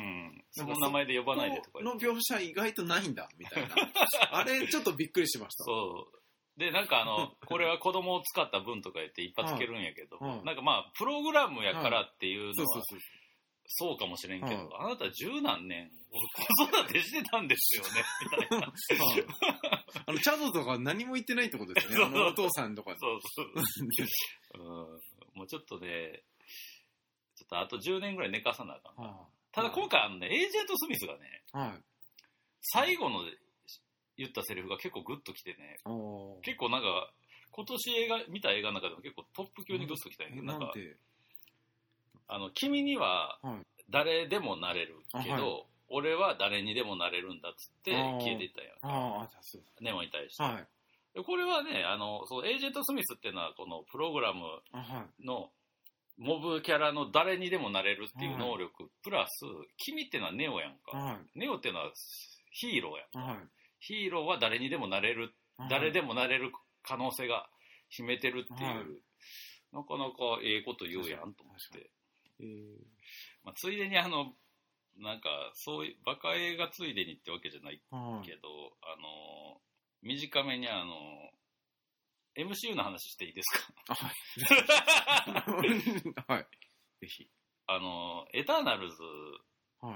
A: その名前で呼ばないでとか
B: この描写意外とないんだみたいなあれちょっとびっくりしました。
A: そうでなんかあのこれは子供を使った分とか言って一発つけるんやけど、はい、なんかまあプログラムやからっていうのはそうかもしれんけど、はい、あなた十何年俺子育てしてたんですよねみたいな
B: あのチャドとか何も言ってないってことですよねあのお父さんとか
A: そうそう、うん、もうちょっとねちょっとあとじゅうねんぐらい寝かさなあかん、はあ、ただ今回あのねエージェント・スミスがね、はい、最後の言ったセリフが結構グッときてね結構なんか今年映画見た映画の中でも結構トップ級にグッときたんやけど、なんかあの君には誰でもなれるけど、はい、俺は誰にでもなれるんだっつって消えていったんやんかネモに対して、はい、これはねあのそうエージェント・スミスっていうのはこのプログラムのモブキャラの誰にでもなれるっていう能力、はい、プラス君っていうのはネオやんか、はい、ネオっていうのはヒーローやんか、はい、ヒーローは誰にでもなれる、はい、誰でもなれる可能性が秘めてるっていう、はい、なかなかええこと言うやんと思って、えーまあ、ついでにあのなんかそういうバカ映画ついでにってわけじゃないけど、はい、あの短めにあのエムシーユー の話していいですか？はい。はい。ぜひ。あの、エターナルズ、はい。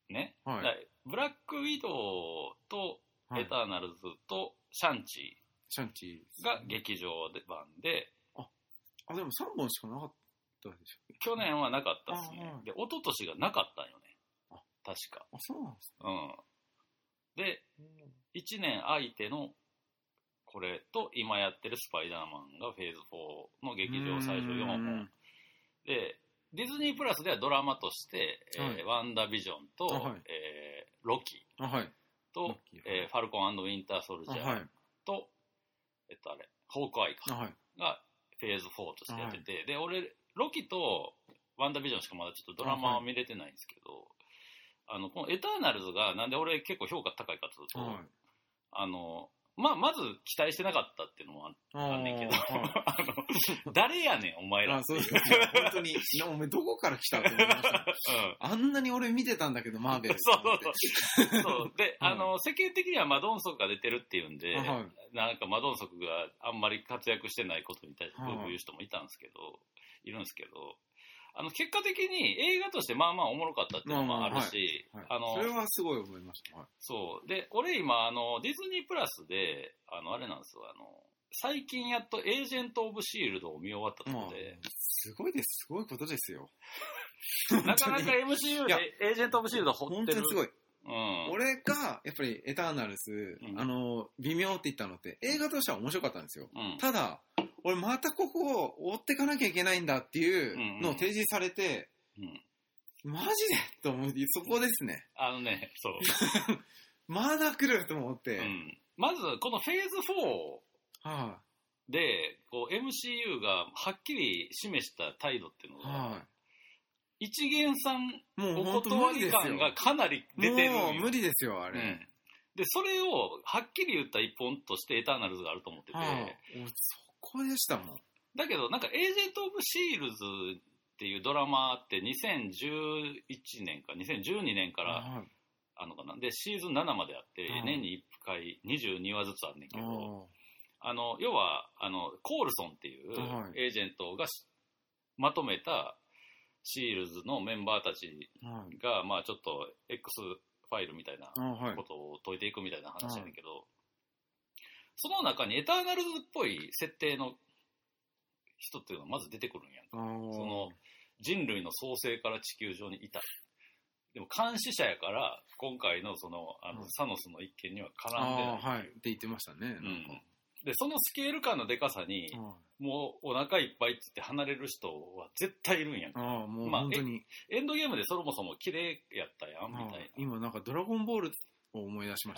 A: ね。はい。ブラックウィドウとエターナルズとシャンチー。シャンチー。が劇場版で。
B: あ、あ、でもさんぼんしかなかったでしょ。
A: 去年はなかったですね。で、一昨年がなかったんよね。あ、確か。
B: あ、そうなんです
A: か。うん。で、いちねん空いてのこれと今やってるスパイダーマンがフェーズフォーの劇場最初よんほんで、ディズニープラスではドラマとして、はい、えー、ワンダービジョンと、はい、えー、ロキと、えー、ファルコン&ウィンターソルジャーと、はい、えっとあれホークアイか、はい、がフェーズフォーとしてやってて、はい、で俺ロキとワンダービジョンしかまだちょっとドラマは見れてないんですけど、はい、あのこのエターナルズがなんで俺結構評価高いかというと、はい、あのまあ、まず期待してなかったっていうのも あ, あんねんけどあの誰やねんお前らっていう。あ、そうですね、
B: 本当にお前どこから来たって思いました、うん、あんなに俺見てたんだけどマーベル
A: そうそうそうそうで、はい、あの世間的にはマドンソクが出てるっていうんで、はい、なんかマドンソクがあんまり活躍してないことに対してブーブー言う人もいたんですけど、はい、いるんですけど、あの結果的に映画としてまあまあおもろかったっていうのもあるし、
B: まあまあ、はいはい、あのそれはすごい思いました、はい、
A: そうで俺今あのディズニープラスであのあれなんですよ、あの最近やっとエージェント・オブ・シールドを見終わったところで、
B: まあ、すごいです、すごいことですよ
A: なかなか エムシーユー でエージェント・オブ・シールド掘ってる。
B: 本当にすごい、うん、俺がやっぱりエターナルズ、うん、あの微妙って言ったのって映画としては面白かったんですよ、うん、ただ俺またここを追っていかなきゃいけないんだっていうのを提示されて、うんうん、マジでと思って、そこですね。
A: あのね、そう
B: まだ来ると思って、うん、
A: まずこのフェーズフォーでこう エムシーユー がはっきり示した態度っていうのが、はい、一元さんお断り感がかなり出てる。
B: もう無理ですよあれ、うん、
A: でそれをはっきり言った一本としてエターナルズがあると思ってて、はあ、
B: これでしたもん。
A: だけどなんかエージェント・オブ・シールズっていうドラマってにせんじゅういちねんかにせんじゅうにねんからあんのかな、でシーズンななまであって、年にいっかいにじゅうにわずつあんねんけど、あの要はあのコールソンっていうエージェントがまとめたシールズのメンバーたちが、まあちょっと X ファイルみたいなことを解いていくみたいな話やねんけど、その中にエターナルズっぽい設定の人っていうのがまず出てくるんやんか。その人類の創生から地球上にいた。でも監視者やから今回のそのあの、うん、サノスの一件には絡んでないっていう。
B: はいって言ってましたね。うん、
A: でそのスケール感のでかさに、うん、もうお腹いっぱいって言って離れる人は絶対いるんやんか。
B: あもう本当に、
A: まあ、エンドゲームでそもそも綺麗やったやんみたいな。
B: 今なんかドラゴンボールを思い出しました。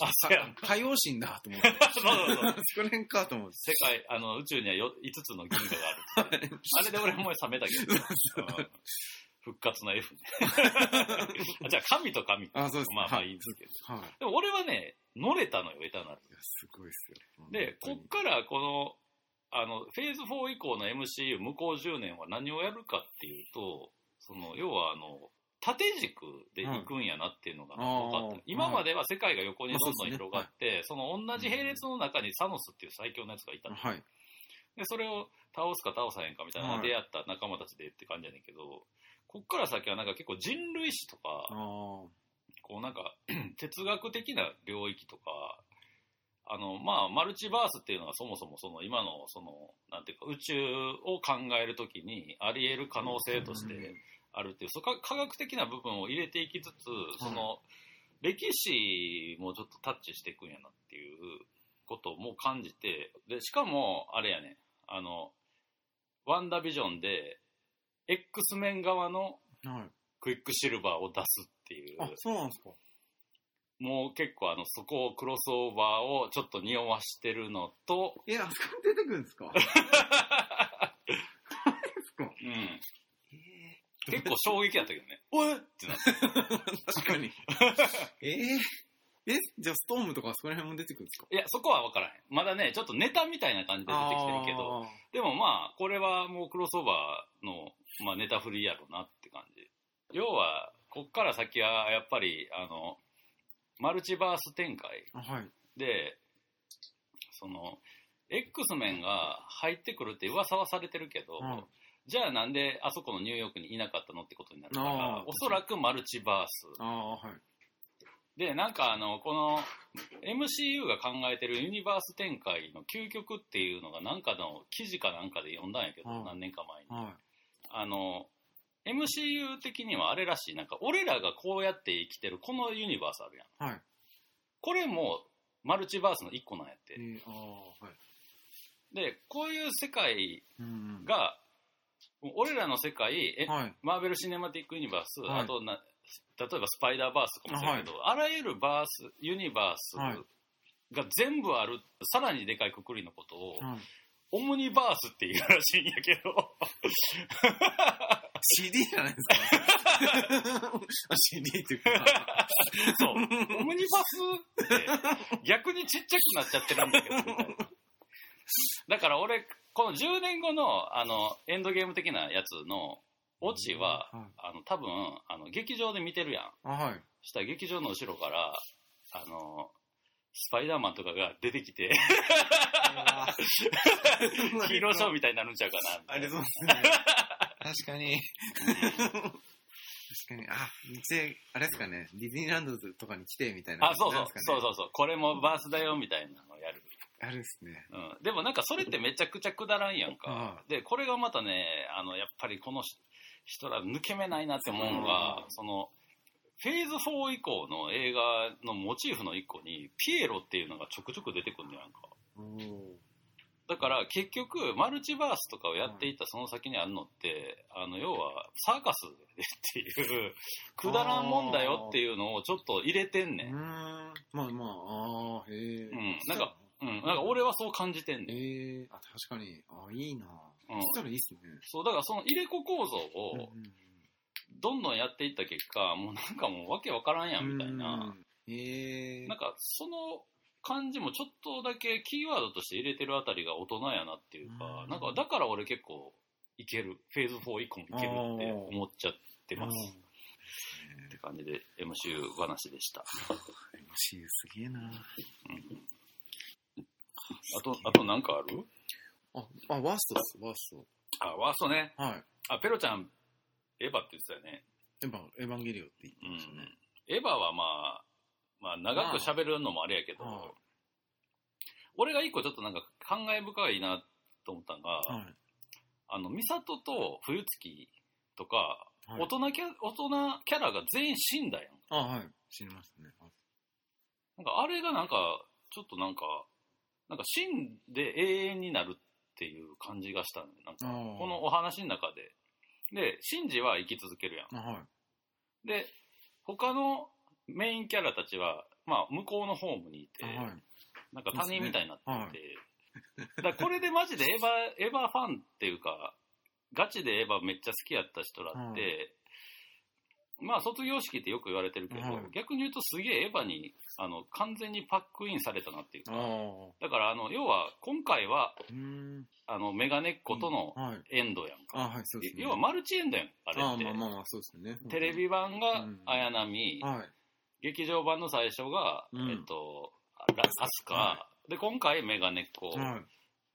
B: 海王神だと思って。そうそうそう。それんかと思って。
A: 世界、あの、宇宙にはよいつつの銀河があるって。あれで俺も冷めたけど、うん復活の F ね。じゃあ神と神ってまあまあいいんですけど。はい、でも俺はね、乗れたのよ、エターナルズ。
B: すごいっすよ。
A: で、こっからこの、あの、フェーズフォー以降の エムシーユー 向こうじゅうねんは何をやるかっていうと、その、要はあの、縦軸で行くんやなっていうのが分かった、はい、今までは世界が横にどんどん広がって、はい、その同じ並列の中にサノスっていう最強のやつがいた、はい、でそれを倒すか倒さへんかみたいな、はい、出会った仲間たちでって感じやねんけど、こっから先はなんか結構人類史とかここうなんか哲学的な領域とか、あのまあマルチバースっていうのはそもそもその今のそのなんていうか宇宙を考えるときにあり得る可能性としてあるっていう、そこ科学的な部分を入れていきつつ、その歴史もちょっとタッチしていくんやなっていうことも感じて、でしかもあれやね、あのワンダービジョンで X メン側のクイックシルバーを出すっていう、
B: はい、あ、そうなんですか。
A: もう結構あのそこをクロスオーバーをちょっと匂わしてるのと、
B: いや、あそこに出てくるんですか？そうですか。うん。
A: えー、結構衝撃やったけどね。おえってなって。
B: 確かに。えー、え、じゃあストームとかそこら辺も出てくるんですか？
A: いや、そこは分からへん。まだね、ちょっとネタみたいな感じで出てきてるけど、でもまあ、これはもうクロスオーバーの、まあ、ネタフリーやろうなって感じ。要は、こっから先はやっぱり、あの、マルチバース展開で、はい、その、X メンが入ってくるって噂はされてるけど、うん、じゃあなんであそこのニューヨークにいなかったのってことになるから、おそらくマルチバース。あ、はい、で、なんかあの、この エムシーユー が考えてるユニバース展開の究極っていうのがなんかの記事かなんかで読んだんやけど、うん、何年か前に。はい、あの、エムシーユー 的にはあれらしい、なんか俺らがこうやって生きてるこのユニバースあるやん。はい、これもマルチバースの一個なんやって。えーあはい、で、こういう世界が、うん、俺らの世界、え、はい、マーベルシネマティックユニバース、はい、あとな、例えばスパイダーバースとかもそうやけど、はい、あらゆるバース、ユニバースが全部ある、さらにでかいくくりのことを、はい、オムニバースっていうらしいんやけど。
B: シーディー じゃないですか。シーディー っていうか。
A: そう。オムニバスって逆にちっちゃくなっちゃってるんだけど。だから俺、このじゅうねんごの、あの、エンドゲーム的なやつのオチは、はい、あの、多分、あの、劇場で見てるやん。はい。したら劇場の後ろから、あの、スパイダーマンとかが出てきてヒーローショーみたいになるんちゃうかな。
B: ありそうですね。確かに。確かに。あ、で、あれですかね、ディズニーランドとかに来てみたいな、
A: ね。あ、そうそう。そうそうそう。これもバースだよみたいなのをやる。
B: あるっすね。
A: うん。でもなんかそれってめちゃくちゃくだらんやんか。で、これがまたね、あの、やっぱりこの人ら抜け目ないなって思うのが、その、フェーズフォー以降の映画のモチーフの一個にピエロっていうのがちょくちょく出てくるのやんか。だから結局マルチバースとかをやっていったその先にあるのって、あの要はサーカスでっていうくだらんもんだよっていうのをちょっと入れてんねん。うーん、
B: まあまあ、あー、へえ。
A: うん、なんか、うん、なんか俺はそう感じてんねん。
B: へえ、あ、確かに、あ、いいな。うん、そしたらいいっすね。
A: そう、だからその入れ子構造を、うんうん、どんどんやっていった結果、もうなんかもうわけわからんやんみたいな。へえ。なんかその感じもちょっとだけキーワードとして入れてるあたりが大人やなっていうか、なんかだから俺結構いける、フェーズフォー以降もいけるって思っちゃってます。って感じで エムシーユー 話でした。
B: エムシーユー すげえな。うん。
A: あと、あとなんかある？
B: あ、あ、ワーストです、ワースト。
A: あ、ワーストね。はい。あ、ペロちゃん、エヴァって言ってたよね。
B: エヴァ、エヴァンゲリオって言ってましたね。
A: うん、エヴァはまあ、まあ長く喋るのもあれやけど、ああ、俺が一個ちょっとなんか感慨深いなと思ったのが、はい、あの、ミサトと冬月とか、はい、大人キャ、大人キャラが全員死んだやん。
B: ああ、はい。死にましたね。
A: なんかあれがなんか、ちょっとなんか、なんか死んで永遠になるっていう感じがしたの。なんか、このお話の中で。で、シンジは生き続けるやん。はい、で、他のメインキャラたちは、まあ、向こうのホームにいて、はい、なんか他人みたいになってて、はい、だからこれでマジでエヴァ、エヴァファンっていうか、ガチでエヴァめっちゃ好きやった人らって、はい、まあ、卒業式ってよく言われてるけど、はい、逆に言うとすげえエヴァに、あの、完全にパックインされたなっていうか、だから、あの、要は、今回は、あの、メガネっ子とのエンドやんか。はいはい、そうですね、要はマルチエンドやん、あれって。
B: あまあまあまあ、そうですね。
A: テレビ版が綾波、はい、劇場版の最初が、うん、えっと、アスカ、はい、で、今回メガネっ子。はい、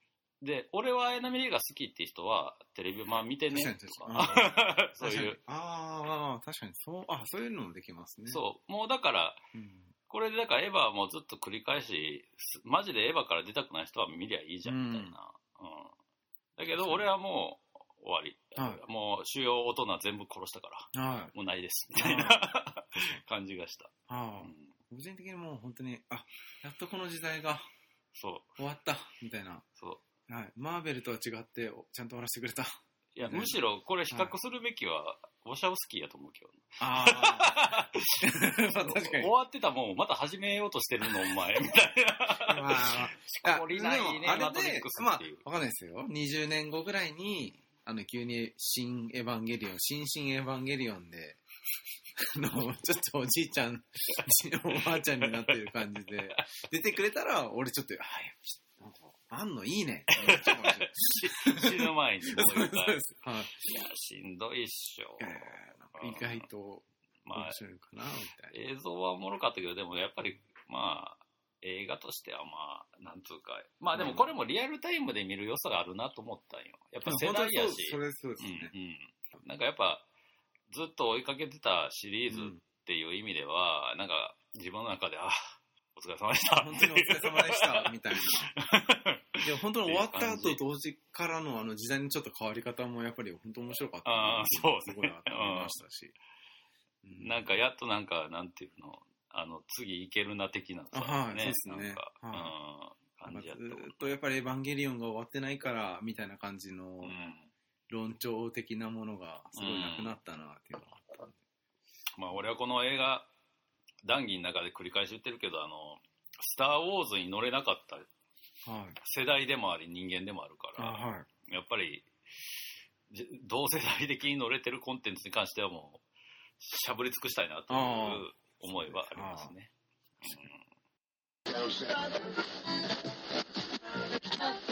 A: で俺は綾波レイが好きっていう人はテレビ版見てねとかそういう
B: ああ確かにそうあそういうのもできますね。
A: そうもうだから、うん、これでだからエヴァはもうずっと繰り返しマジでエヴァから出たくない人は見りゃいいじゃんみたいな、うんうん、だけど俺はもう終わり、はい、もう主要大人全部殺したから、はい、もうないですみたいな感じがした。
B: あ、うん、個人的にもう本当にあやっとこの時代がそう終わったみたいな。そう、はい、マーベルとは違ってちゃんと終わらせてくれた。
A: いやむしろこれ比較するべきは、はい、ウォシャウスキーやと思うけど。ああ確かに終わってたもんまた始めようとしてるのお前みたいな。まあ、
B: 懲りないね。あれでマトリックスっていう、まあ、わかんないですよ。にじゅうねんごぐらいにあの急に新エヴァンゲリオン新新エヴァンゲリオンでのちょっとおじいちゃんおばあちゃんになってる感じで出てくれたら俺ちょっとあなんかあんのいいね
A: 死ぬ前にそういうかいやしんどいっしょ、
B: えー、意外と面白いかなみたい
A: な、まあ、映像はおもろかったけどでもやっぱりまあ映画としてはまあなんつうかまあでもこれもリアルタイムで見る良さがあるなと思ったんよ。やっぱ世代やし
B: それそうですね、
A: うんうん、なんかやっぱずっと追いかけてたシリーズっていう意味では、うん、なんか自分の中であお疲れ様でした
B: 本当にお疲れ様でしたみたいなでも本当に終わった後同時からのあの時代のちょっと変わり方もやっぱり本当面白かった
A: あそうす
B: ごいなと思いましたし、
A: うん、なんかやっとなんかなんていうのあの次いけるな的なさ、ね、
B: はい、そうですね。なんか、はい、うん、感じやった。ずっとやっぱりエヴァンゲリオンが終わってないからみたいな感じの論調的なものがすごいなくなったなっていうのがあったんで。
A: うん、まあ俺はこの映画談義の中で繰り返し言ってるけどあのスター・ウォーズに乗れなかった世代でもあり人間でもあるから、はい、やっぱり同世代的に乗れてるコンテンツに関してはもうしゃぶり尽くしたいなという思いはありますね。うん